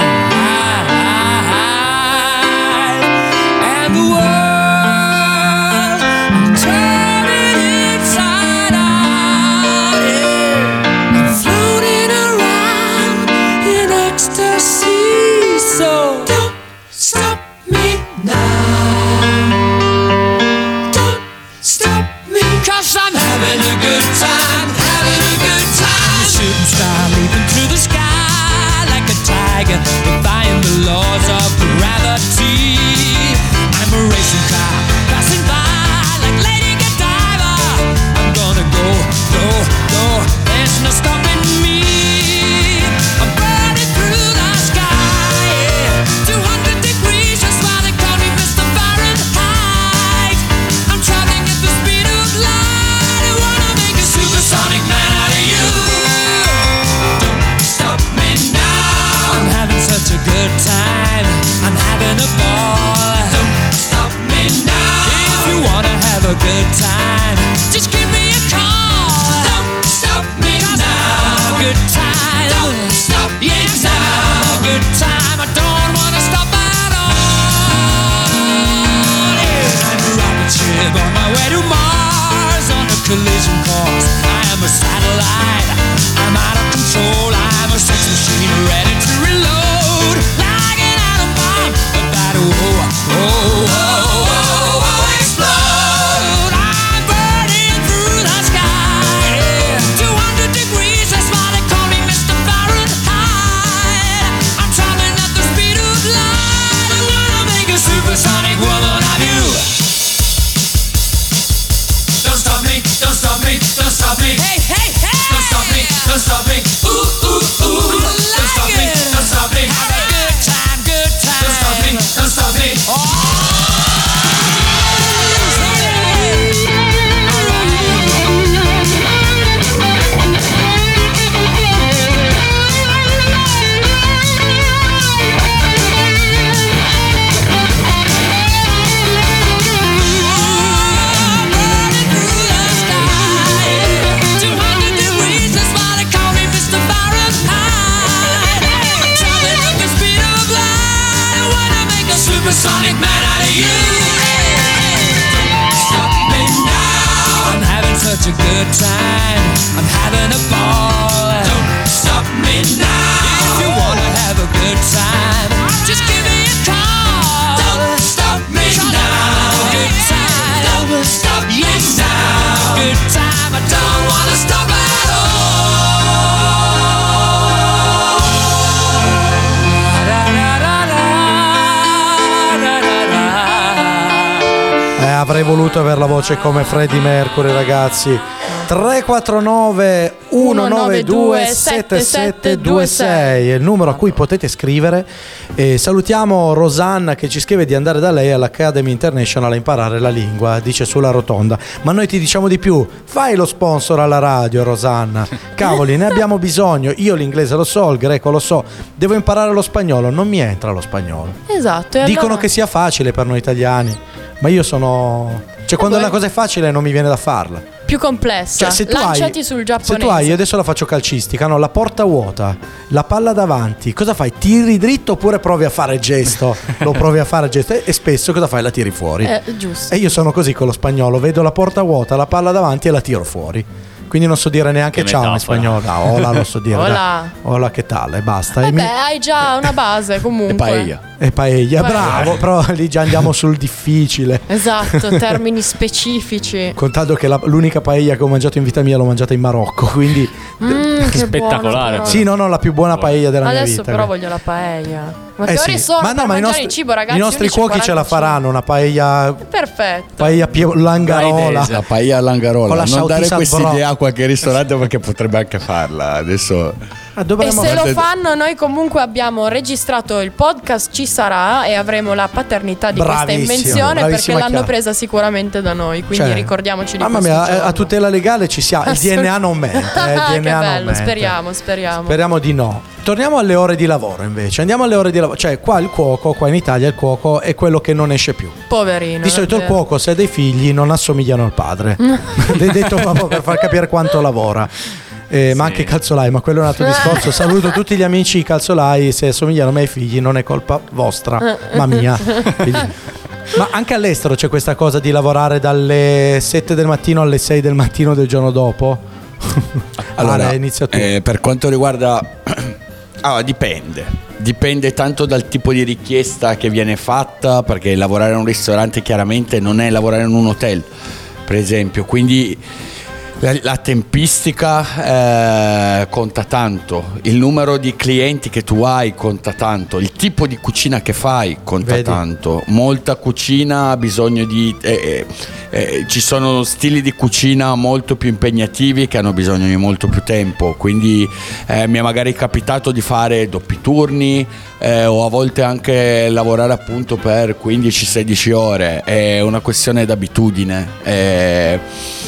And the world, I'm turning inside out. Yeah. I'm floating around in ecstasy. So don't stop me now. Stop me, cause I'm having a good time, having a good time. Shooting star leaping through the sky like a tiger, defying the laws of gravity. I'm a racing car, passing by like Lady Godiva. I'm gonna go, go, go, there's no stopping me. I'm burning through the sky, yeah. two hundred degrees, just why they call me Mister Fahrenheit. I'm traveling at the speed of light. I wanna make a supersonic man out of you. Don't stop me now. I'm having such avrei voluto avere la voce come Freddie Mercury, ragazzi. tre quattro nove uno nove due sette sette due sei è il numero a cui potete scrivere. E salutiamo Rosanna che ci scrive di andare da lei all'Academy International a imparare la lingua, dice sulla rotonda. Ma noi ti diciamo di più, fai lo sponsor alla radio, Rosanna. Cavoli, ne abbiamo bisogno. Io l'inglese lo so, il greco lo so, devo imparare lo spagnolo, non mi entra lo spagnolo. Esatto. E Dicono allora... che sia facile per noi italiani, ma io sono... Cioè quando poi- una cosa è facile non mi viene da farla. più complessa. Cioè, se tu Lanciati hai, sul giapponese. Se tu hai, io adesso la faccio calcistica, no? La porta vuota, la palla davanti, cosa fai? Tiri dritto oppure provi a fare il gesto? Lo provi a fare il gesto e, e spesso cosa fai? La tiri fuori. Eh, giusto. E io sono così con lo spagnolo, vedo la porta vuota, la palla davanti e la tiro fuori. Quindi non so dire neanche Che ciao in metafora. spagnolo. No, hola lo so dire. Hola. dai. Hola, che tale, basta. E Vabbè, mi- hai già una base comunque. E paella. E paella, Paella. bravo, però lì già andiamo sul difficile. Esatto, termini specifici. Contato che la- l'unica paella che ho mangiato in vita mia l'ho mangiata in Marocco, quindi Mm, che Spettacolare. buono. sì, no, no, la più buona paella della mia Adesso vita. però voglio la paella. Ma Eh che sì. ore sono Ma per no, ma i mangiare nostri, il cibo, ragazzi? i nostri cuochi ce la undici e quarantacinque. faranno una paella, Perfetto. paella pie- langarola. La paella all'angarola. Con la Non dare Shautisal questa Bro. idea a qualche ristorante perché potrebbe anche farla. Adesso Ah, E dovremmo se lo Guardate- fanno, noi comunque abbiamo registrato il podcast, ci sarà e avremo la paternità di questa Bravissimo, invenzione perché bravissima l'hanno Chiara. presa sicuramente da noi, quindi Cioè, ricordiamoci di mamma questo mia, a, giorno. a tutela legale ci siamo. Il D N A non mente. eh, il Che D N A non bello, mente. speriamo, speriamo. Speriamo di no. Torniamo alle ore di lavoro invece. Andiamo alle ore di lavoro. Cioè, qua il cuoco, qua in Italia il cuoco è quello che non esce più. Poverino. Di solito è il vero. cuoco, se ha dei figli, non assomigliano al padre. L'hai detto proprio per far capire quanto lavora. Eh, Ma anche i calzolai, ma quello è un altro discorso. Saluto tutti gli amici calzolai. Se assomigliano a me ai figli, non è colpa vostra, ma mia. Quindi- Ma anche all'estero c'è questa cosa di lavorare dalle sette del mattino alle sei del mattino del giorno dopo. Allora, Ale, inizia tu. eh, per quanto riguarda allora, dipende. Dipende tanto dal tipo di richiesta che viene fatta, perché lavorare in un ristorante chiaramente non è lavorare in un hotel, per esempio, quindi la, la tempistica eh, conta tanto, il numero di clienti che tu hai conta tanto, il tipo di cucina che fai conta Vedi. tanto. Molta cucina ha bisogno di eh, eh, eh, ci sono stili di cucina molto più impegnativi che hanno bisogno di molto più tempo, quindi eh, mi è magari capitato di fare doppi turni eh, o a volte anche lavorare appunto per quindici sedici ore, è una questione d'abitudine. eh,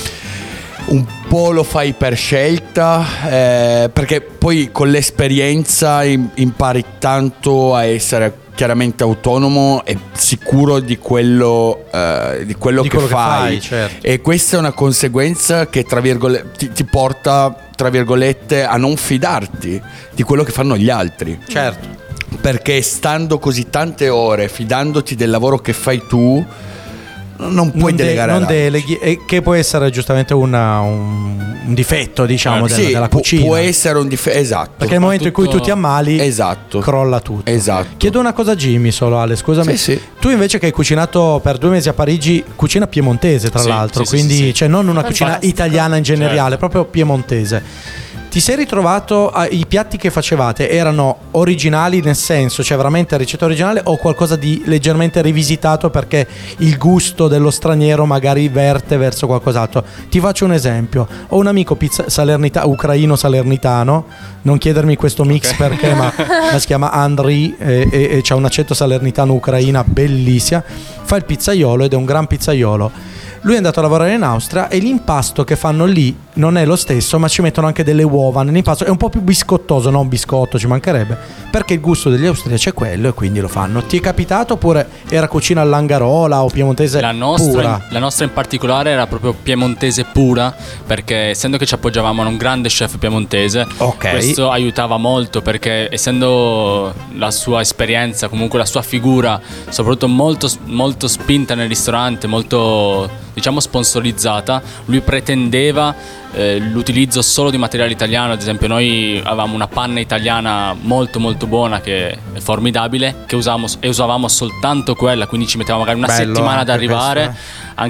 Un po' lo fai per scelta, eh, perché poi con l'esperienza im- impari tanto a essere chiaramente autonomo e sicuro di quello, eh, di quello, Di che, quello che fai. fai, certo. E questa è una conseguenza che tra virgole- ti, ti porta tra virgolette a non fidarti di quello che fanno gli altri. Certo. Perché stando così tante ore, fidandoti del lavoro che fai tu, non puoi non, de- delegare non ad altri. deleghi, e che può essere giustamente una- un, un difetto, diciamo, Eh, della, sì, della pu- cucina. può essere un difetto, esatto. Perché nel momento in cui tu ti ammali, esatto. crolla tutto. Esatto. Chiedo una cosa a Jimmy solo, Ale, scusami. Sì, sì. Tu invece che hai cucinato per due mesi a Parigi, cucina piemontese tra Sì, l'altro, sì, sì, quindi sì, sì. cioè non una cucina Fantastico. italiana in generale, Certo. proprio piemontese. Ti sei ritrovato, a- i piatti che facevate erano originali nel senso, cioè veramente ricetta originale o qualcosa di leggermente rivisitato perché il gusto dello straniero magari verte verso qualcos'altro? Ti faccio un esempio. Ho un amico pizza- salernita- ucraino salernitano, non chiedermi questo mix perché, ma, ma si chiama Andriy e, e, e c'ha un accento salernitano ucraina bellissima. Fa il pizzaiolo ed è un gran pizzaiolo. Lui è andato a lavorare in Austria e l'impasto che fanno lì non è lo stesso, ma ci mettono anche delle uova nell'impasto. È un po' più biscottoso, non biscotto, ci mancherebbe, perché il gusto degli austriaci è quello e quindi lo fanno. Ti è capitato oppure era cucina all'angarola o piemontese La nostra, pura? la nostra in particolare era proprio piemontese pura, perché essendo che ci appoggiavamo a un grande chef piemontese, Ok. questo aiutava molto, perché essendo la sua esperienza, comunque la sua figura, soprattutto molto, molto spinta nel ristorante, molto diciamo sponsorizzata, lui pretendeva eh, l'utilizzo solo di materiale italiano. Ad esempio noi avevamo una panna italiana molto molto buona, che è formidabile, che usavamo, e usavamo soltanto quella, quindi ci metteva magari una Bello settimana ad anche arrivare. questo,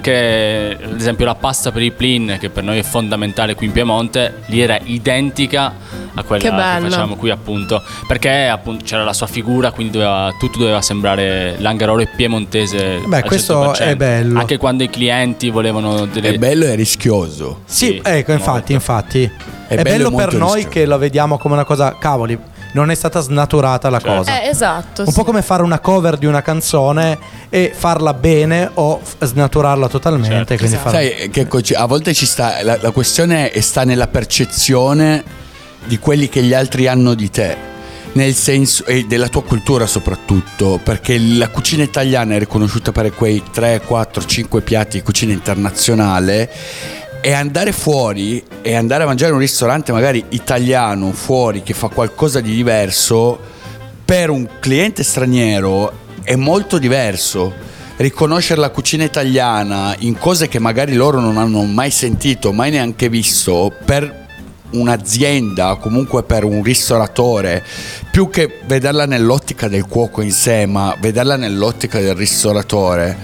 Anche ad esempio la pasta per i plin, che per noi è fondamentale qui in Piemonte, lì era identica a quella Che che, bello. facciamo qui, appunto, perché appunto c'era la sua figura, quindi doveva, tutto doveva sembrare l'Angarolo piemontese. Beh, al questo cento per cento. è bello. Anche quando i clienti volevano delle... È bello e rischioso. Sì, ecco, infatti, infatti. È, bello bello e per molto noi rischioso. che la vediamo come una cosa, cavoli, non è stata snaturata la cosa. Eh, esatto. Un sì. po' come fare una cover di una canzone e farla bene o f- snaturarla totalmente. Certo. Quindi Esatto. farla- Sai che co- a volte ci sta la, la questione è- sta nella percezione di quelli che gli altri hanno di te, nel senso, e della tua cultura soprattutto, perché la cucina italiana è riconosciuta per quei tre, quattro, cinque piatti di cucina internazionale, e andare fuori e andare a mangiare in un ristorante magari italiano fuori che fa qualcosa di diverso, per un cliente straniero è molto diverso. Riconoscere la cucina italiana in cose che magari loro non hanno mai sentito, mai neanche visto, per un'azienda, comunque per un ristoratore, più che vederla nell'ottica del cuoco in sé, ma vederla nell'ottica del ristoratore,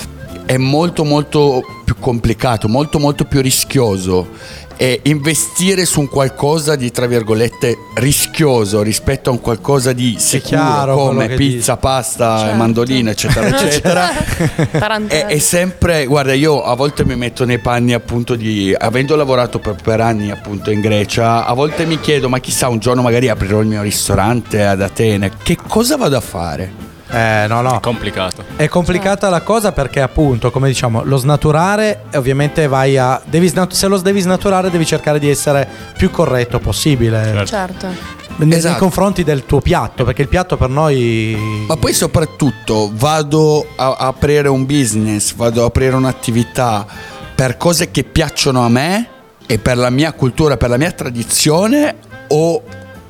è molto molto più complicato, molto molto più rischioso. E investire su un qualcosa di, tra virgolette, rischioso rispetto a un qualcosa di sicuro, chiaro quello come che pizza, dici. pasta, Certo. mandolina, eccetera eccetera. Tarantella. È, è sempre, guarda, io a volte mi metto nei panni appunto di, avendo lavorato per, per anni appunto in Grecia, a volte mi chiedo, ma chissà, un giorno magari aprirò il mio ristorante ad Atene, che cosa vado a fare? Eh, no, no. È complicato. È complicata la cosa perché appunto, come diciamo, lo snaturare ovviamente vai a devi snat- se lo devi snaturare devi cercare di essere più corretto possibile Certo. nei, nei Esatto. confronti del tuo piatto, perché il piatto per noi Ma poi soprattutto vado a a aprire un business, vado a aprire un'attività per cose che piacciono a me e per la mia cultura, per la mia tradizione, o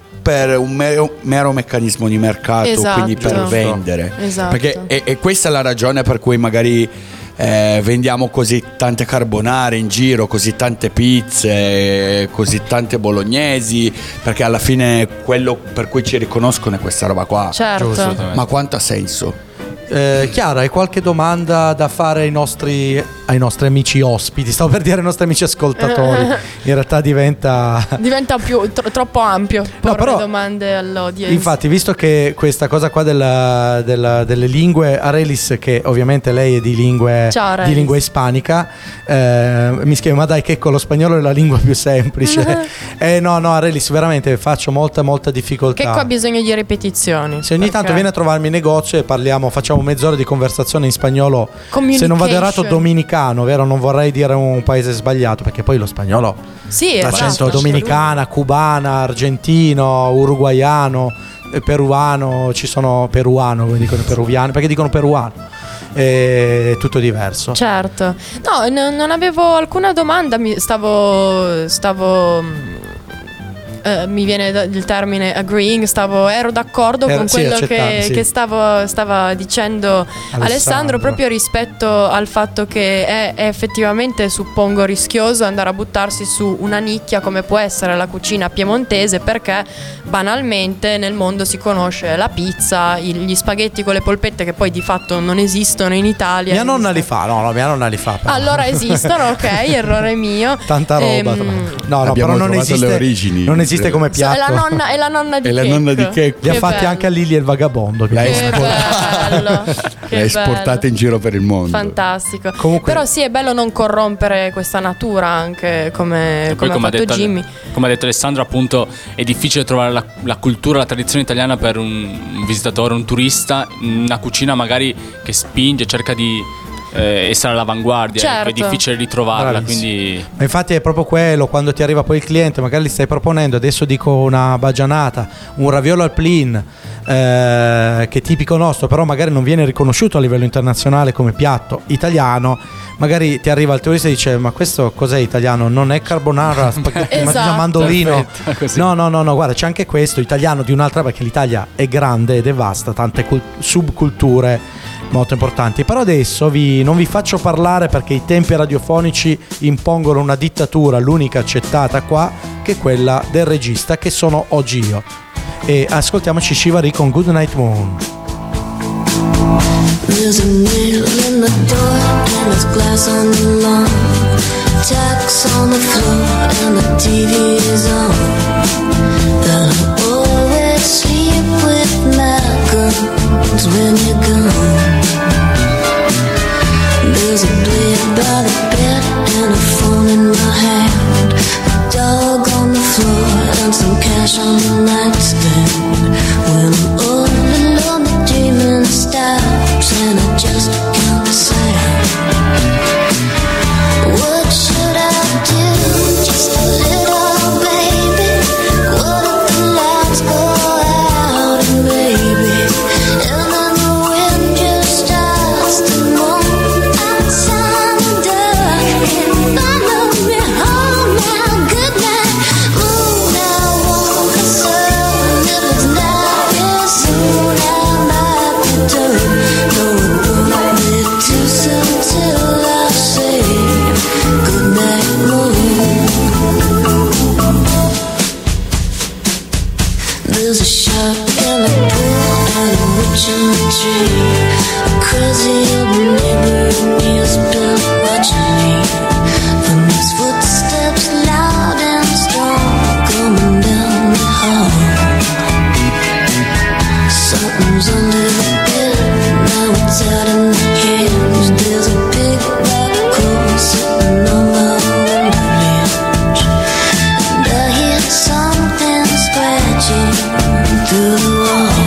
per un mero, mero meccanismo di mercato, Esatto. quindi per Giusto. vendere. Esatto. Perché e, e questa è la ragione per cui magari eh, vendiamo così tante carbonare in giro, così tante pizze, così tante bolognesi, perché alla fine quello per cui ci riconoscono è questa roba qua. Certo. Ma quanto ha senso? Eh, Chiara, hai qualche domanda da fare ai nostri, ai nostri amici ospiti? Stavo per dire ai nostri amici ascoltatori. In realtà diventa. Diventa più tro- troppo ampio porre però- domande all'audience. Infatti, visto che questa cosa qua della, della- delle lingue, Arelis, che ovviamente lei è di lingue, Ciao, Arelis. di lingua ispanica, eh, mi scrive: ma dai, che con lo spagnolo è la lingua più semplice. eh no, no, Arelis, veramente faccio molta, molta difficoltà. Che qua ha bisogno di ripetizioni. Se ogni tanto perché- viene a trovarmi in negozio e parliamo, facciamo mezz'ora di conversazione in spagnolo, Communication. se non vado errato dominicano, vero? Non vorrei dire un paese sbagliato, perché poi lo spagnolo Sì, l'accento esatto. dominicana, cubana, argentino, uruguaiano, eh, peruano, ci sono peruano, come dicono i peruviani, perché dicono peruano. È tutto diverso. Certo. No, n- non avevo alcuna domanda, mi stavo stavo mm, eh, mi viene da- il termine agreeing, stavo ero d'accordo Era- con sì, quello accettando, che, sì. che stavo stava dicendo Alessandro. Alessandro. proprio rispetto al fatto che è, è effettivamente, suppongo, rischioso andare a buttarsi su una nicchia come può essere la cucina piemontese, perché banalmente nel mondo si conosce la pizza, il- gli spaghetti con le polpette, che poi di fatto non esistono in Italia. Mia nonna li fa, no, no, mia nonna li fa. però. Allora esistono, ok, errore mio. Tanta roba. Ehm, tra- no, no, Abbiamo però non trovato esiste, le origini. non esiste come so- piatto. è la nonna, è la nonna di È la Checco. nonna di Checco. Li ha Che fatti bello. anche a Lili e il vagabondo. che- L'ha Che esportata. bello, che L'ha esportata bello. in giro per il mondo. Fantastico. Comunque- Però sì, è bello non corrompere questa natura, anche come, E poi, come ha come ha, fatto detto, Jimmy. come ha detto Alessandro, appunto, è difficile trovare la, la cultura, la tradizione italiana per un, un visitatore, un turista, una cucina magari che spinge, cerca di eh, essere all'avanguardia. Certo. È difficile ritrovarla, Bravissimo. quindi Ma infatti è proprio quello, quando ti arriva poi il cliente, magari gli stai proponendo, adesso dico una baggianata, un raviolo al plin, eh, che è tipico nostro, però magari non viene riconosciuto a livello internazionale come piatto italiano, magari ti arriva il turista e dice ma questo cos'è italiano? Non è carbonara, spaghetti, Esatto. mandolino. Perfetto, così. No, no, no, no, guarda, c'è anche questo italiano di un'altra, perché l'Italia è grande ed è vasta, tante cul- subculture molto importanti. Però adesso vi, non vi faccio parlare perché i tempi radiofonici impongono una dittatura, l'unica accettata qua, che è quella del regista, che sono oggi io. E ascoltiamoci Shivary con Good Night Moon. There's a nail in the door and there's glass on the lawn. Tacks on the floor and the T V is on. And I always sleep with my guns when you're gone. There's a blade by the bed and a phone in my hand. A dog on the floor and some cash on the nightstand. When I'm all alone the dreaming stops and I just count the sand. What should I do? Just a little baby. What if the lights go out and baby, and then the wind just starts to moan outside the door. And follow me home now. Good night, moon. I want the sun. If it's not here soon, I might be done. No, it won't be too soon till I say good night, moon. There's a shark in the pool and a witch in the tree. A crazy old neighbor and he's been watching me. And his footsteps loud and strong coming down the hall. Something's under the bed, now it's out in the hands. There's a big black crow sitting on my window ledge. And I hear something scratching through the wall.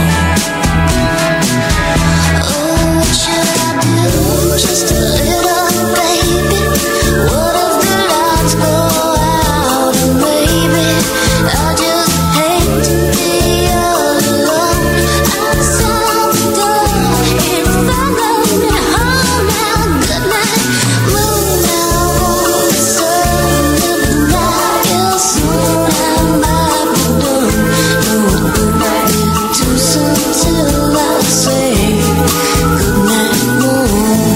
Oh, what should I do? Just a little baby. What if the lights go out and maybe I just hate to be all alone outside the door. If follow me home now, good night, moon. I want the sun. If the night is soon, I might be done. No, it won't be too soon till I say good night, moon.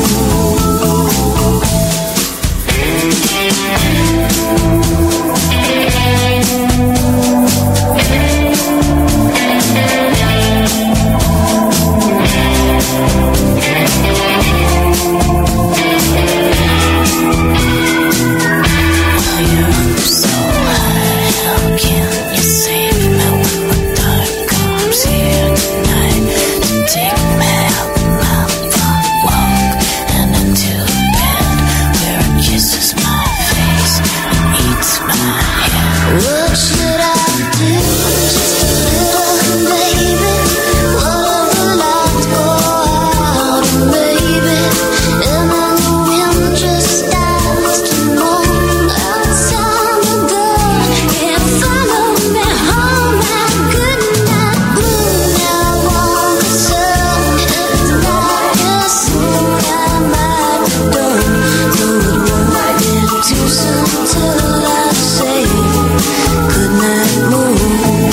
You're up so high, how can you save me when the dark comes here tonight? To take me out my front walk and into bed where it kisses my face and eats my hair. What should I do? Just a little baby. What if the lights go out and baby, and then the wind just starts to moan outside the door. And follow me home now. Good night, moon. I want the sun. If it's not here soon, I might be done. No, it won't be too soon till I say good night, moon.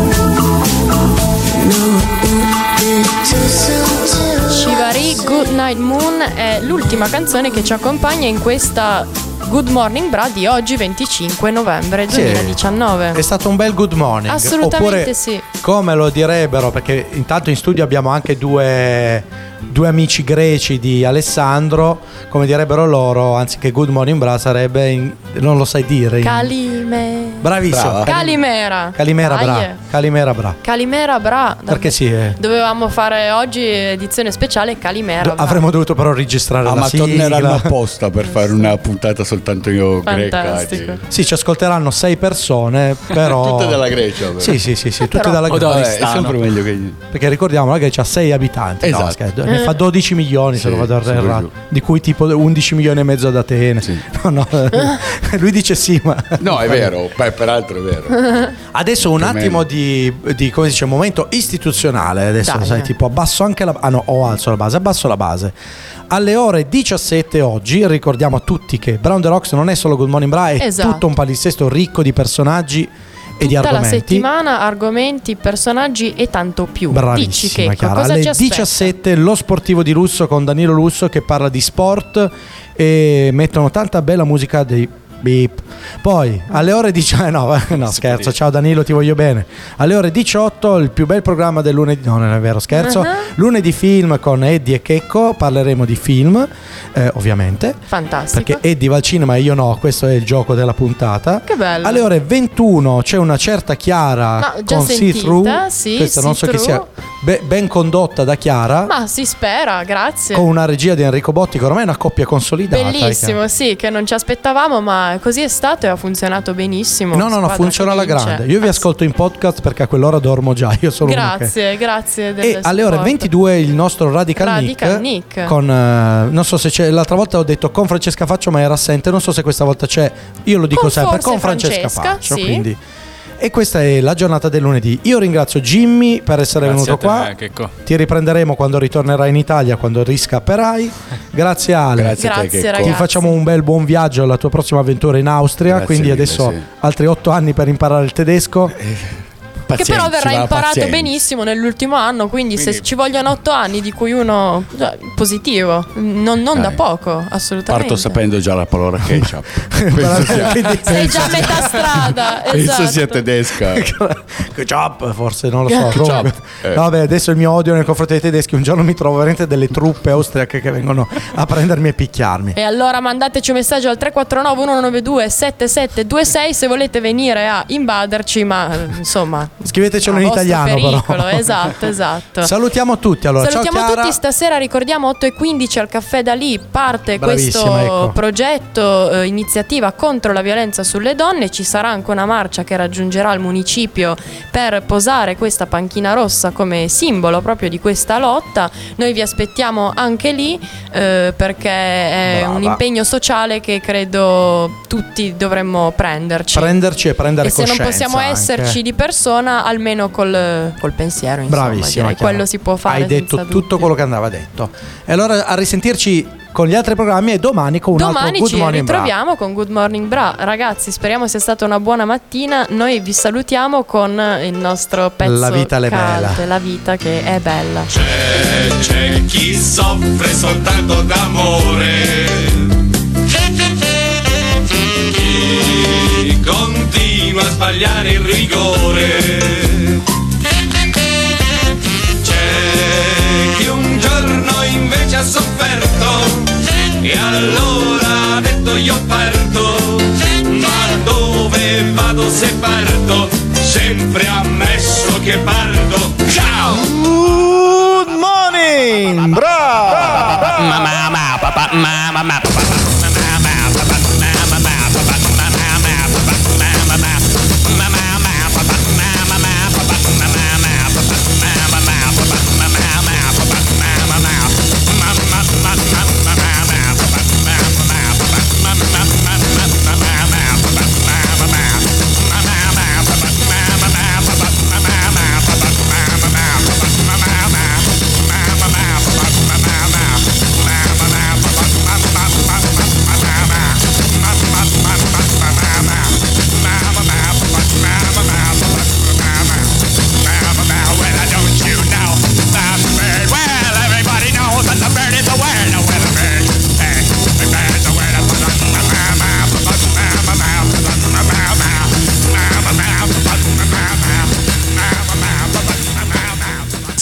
No, it won't be too soon till Shivary, Good Night Moon è l'ultima canzone che ci accompagna in questa Good Morning Bra di oggi venticinque novembre Sì, duemiladiciannove. È stato un bel good morning. Assolutamente Oppure, sì. come lo direbbero, perché intanto in studio abbiamo anche due, due amici greci di Alessandro, come direbbero loro, anziché Good Morning Bra sarebbe in- non lo sai dire in- Calime. Bravissimo. Brava. Calimera. Calimera Dai, Bra. eh. Calimera Bra. Calimera Bra. Perché sì, eh. Dovevamo fare oggi edizione speciale Calimera Do- Bra. avremmo dovuto però registrare Ah, la ma sigla. torneranno apposta per fare una puntata soltanto io greca. Fantastico. di- Sì, ci ascolteranno sei persone, però Tutte della Grecia, però. Sì, sì, sì, sì, tutte Però- dalla O Grecia. dove Vabbè, è stanno? sempre meglio che Perché ricordiamo la Grecia ha sei abitanti, no, Esatto. scherzo, ne fa dodici milioni se Sì, non vado su per errato, giù. di cui tipo undici milioni e mezzo ad Atene. Sì. No, no, lui dice sì, ma No, è vero, beh, Eh, peraltro è vero. Adesso un Che attimo meglio. di, di come si dice, momento istituzionale. Adesso Dai. sai, tipo abbasso anche la, ah no, o alzo la base, abbasso la base. Alle ore diciassette oggi ricordiamo a tutti che Brown the Rocks non è solo Good Morning Bra, è Esatto. tutto un palinsesto ricco di personaggi e di Tutta la argomenti. settimana, argomenti, personaggi e tanto più. Dici Bravissima che Chiara. cosa ci Alle aspetta? diciassette lo sportivo di Lusso con Danilo Lusso che parla di sport e mettono tanta bella musica dei beep. Poi alle ore diciotto, no, no scherzo, ciao Danilo, ti voglio bene. Alle ore diciotto il più bel programma del lunedì, no non è vero, scherzo. Uh-huh. Lunedì film con Eddie e Checco, parleremo di film, eh, ovviamente. Fantastico. Perché Eddie va al cinema e io no, questo è il gioco della puntata. Che bello. Alle ore ventuno c'è una certa Chiara No, già con sentita, See Through. sì, Questa non so chi See sia, Through. be- ben condotta da Chiara. Ma si spera, grazie. Con una regia di Enrico Botti, che ormai è una coppia consolidata. Bellissimo, sì, che non ci aspettavamo, ma così è stato e ha funzionato benissimo. No, no, no, Squadra funziona che alla vince. grande. Io vi ascolto in podcast perché a quell'ora dormo già. Io sono uno che- Grazie, grazie del E alle ore supporto. ventidue il nostro Radical, Radical Nick, Nick. con eh, non so se c'è, l'altra volta ho detto con Francesca Faccio ma era assente, non so se questa volta c'è, io lo dico Con sempre forse con Francesca, Francesca, Faccio, sì. quindi. E questa è la giornata del lunedì. Io ringrazio Jimmy per essere Grazie venuto a te, qua. Checco. Ti riprenderemo quando ritornerai in Italia, quando riscapperai. Grazie Ale. Grazie a te, Grazie, Checco. Ti ragazzi. facciamo un bel buon viaggio alla tua prossima avventura in Austria. Grazie quindi mille, adesso sì. altri otto anni per imparare il tedesco. Che però Pazienza, verrà va, imparato pazienza. benissimo nell'ultimo anno, quindi, se Quindi- ci vogliono otto anni, di cui uno cioè, positivo, non, non da Dai. poco, assolutamente. Parto sapendo già la parola ketchup. Penso sia, Quindi- Sei già a metà strada, penso esatto. sia tedesca. Good job, forse non lo so. Good Comunque- job. Eh. No, vabbè, adesso il mio odio nei confronti dei tedeschi. Un giorno mi trovo veramente delle truppe austriache che vengono a prendermi e picchiarmi. E allora mandateci un messaggio al tre quattro nove uno nove due sette sette due sei se volete venire a invaderci, ma eh, insomma Scrivetecelo a in vostro italiano, pericolo, però. esatto, esatto. Salutiamo tutti allora. Salutiamo Ciao Chiara. tutti, stasera ricordiamo otto e quindici al caffè da lì parte Bravissima, questo ecco. progetto, eh, iniziativa contro la violenza sulle donne. Ci sarà anche una marcia che raggiungerà il municipio per posare questa panchina rossa come simbolo proprio di questa lotta. Noi vi aspettiamo anche lì eh, perché è Brava. un impegno sociale che credo tutti dovremmo prenderci. Prenderci e prendere e se non coscienza possiamo anche. esserci di persona, almeno col, col pensiero, insomma, Bravissima, direi. Chiara. Quello si può fare. Hai detto senza tutto dubbio. quello che andava detto. E allora a risentirci con gli altri programmi e domani con un Domani altro Good ci Morning Bra. ritroviamo con Good Morning Bra. Ragazzi, speriamo sia stata una buona mattina. Noi vi salutiamo con il nostro pezzo La vita è caldo, bella. La vita che è bella. C'è, c'è chi soffre soltanto d'amore, chi continua a sbagliare il rigore, c'è chi un giorno invece ha sofferto e allora ha detto io parto, ma dove vado se parto, sempre ammesso che parto. Ciao! Good Morning Bra. Mamma, papà, mamma, papà.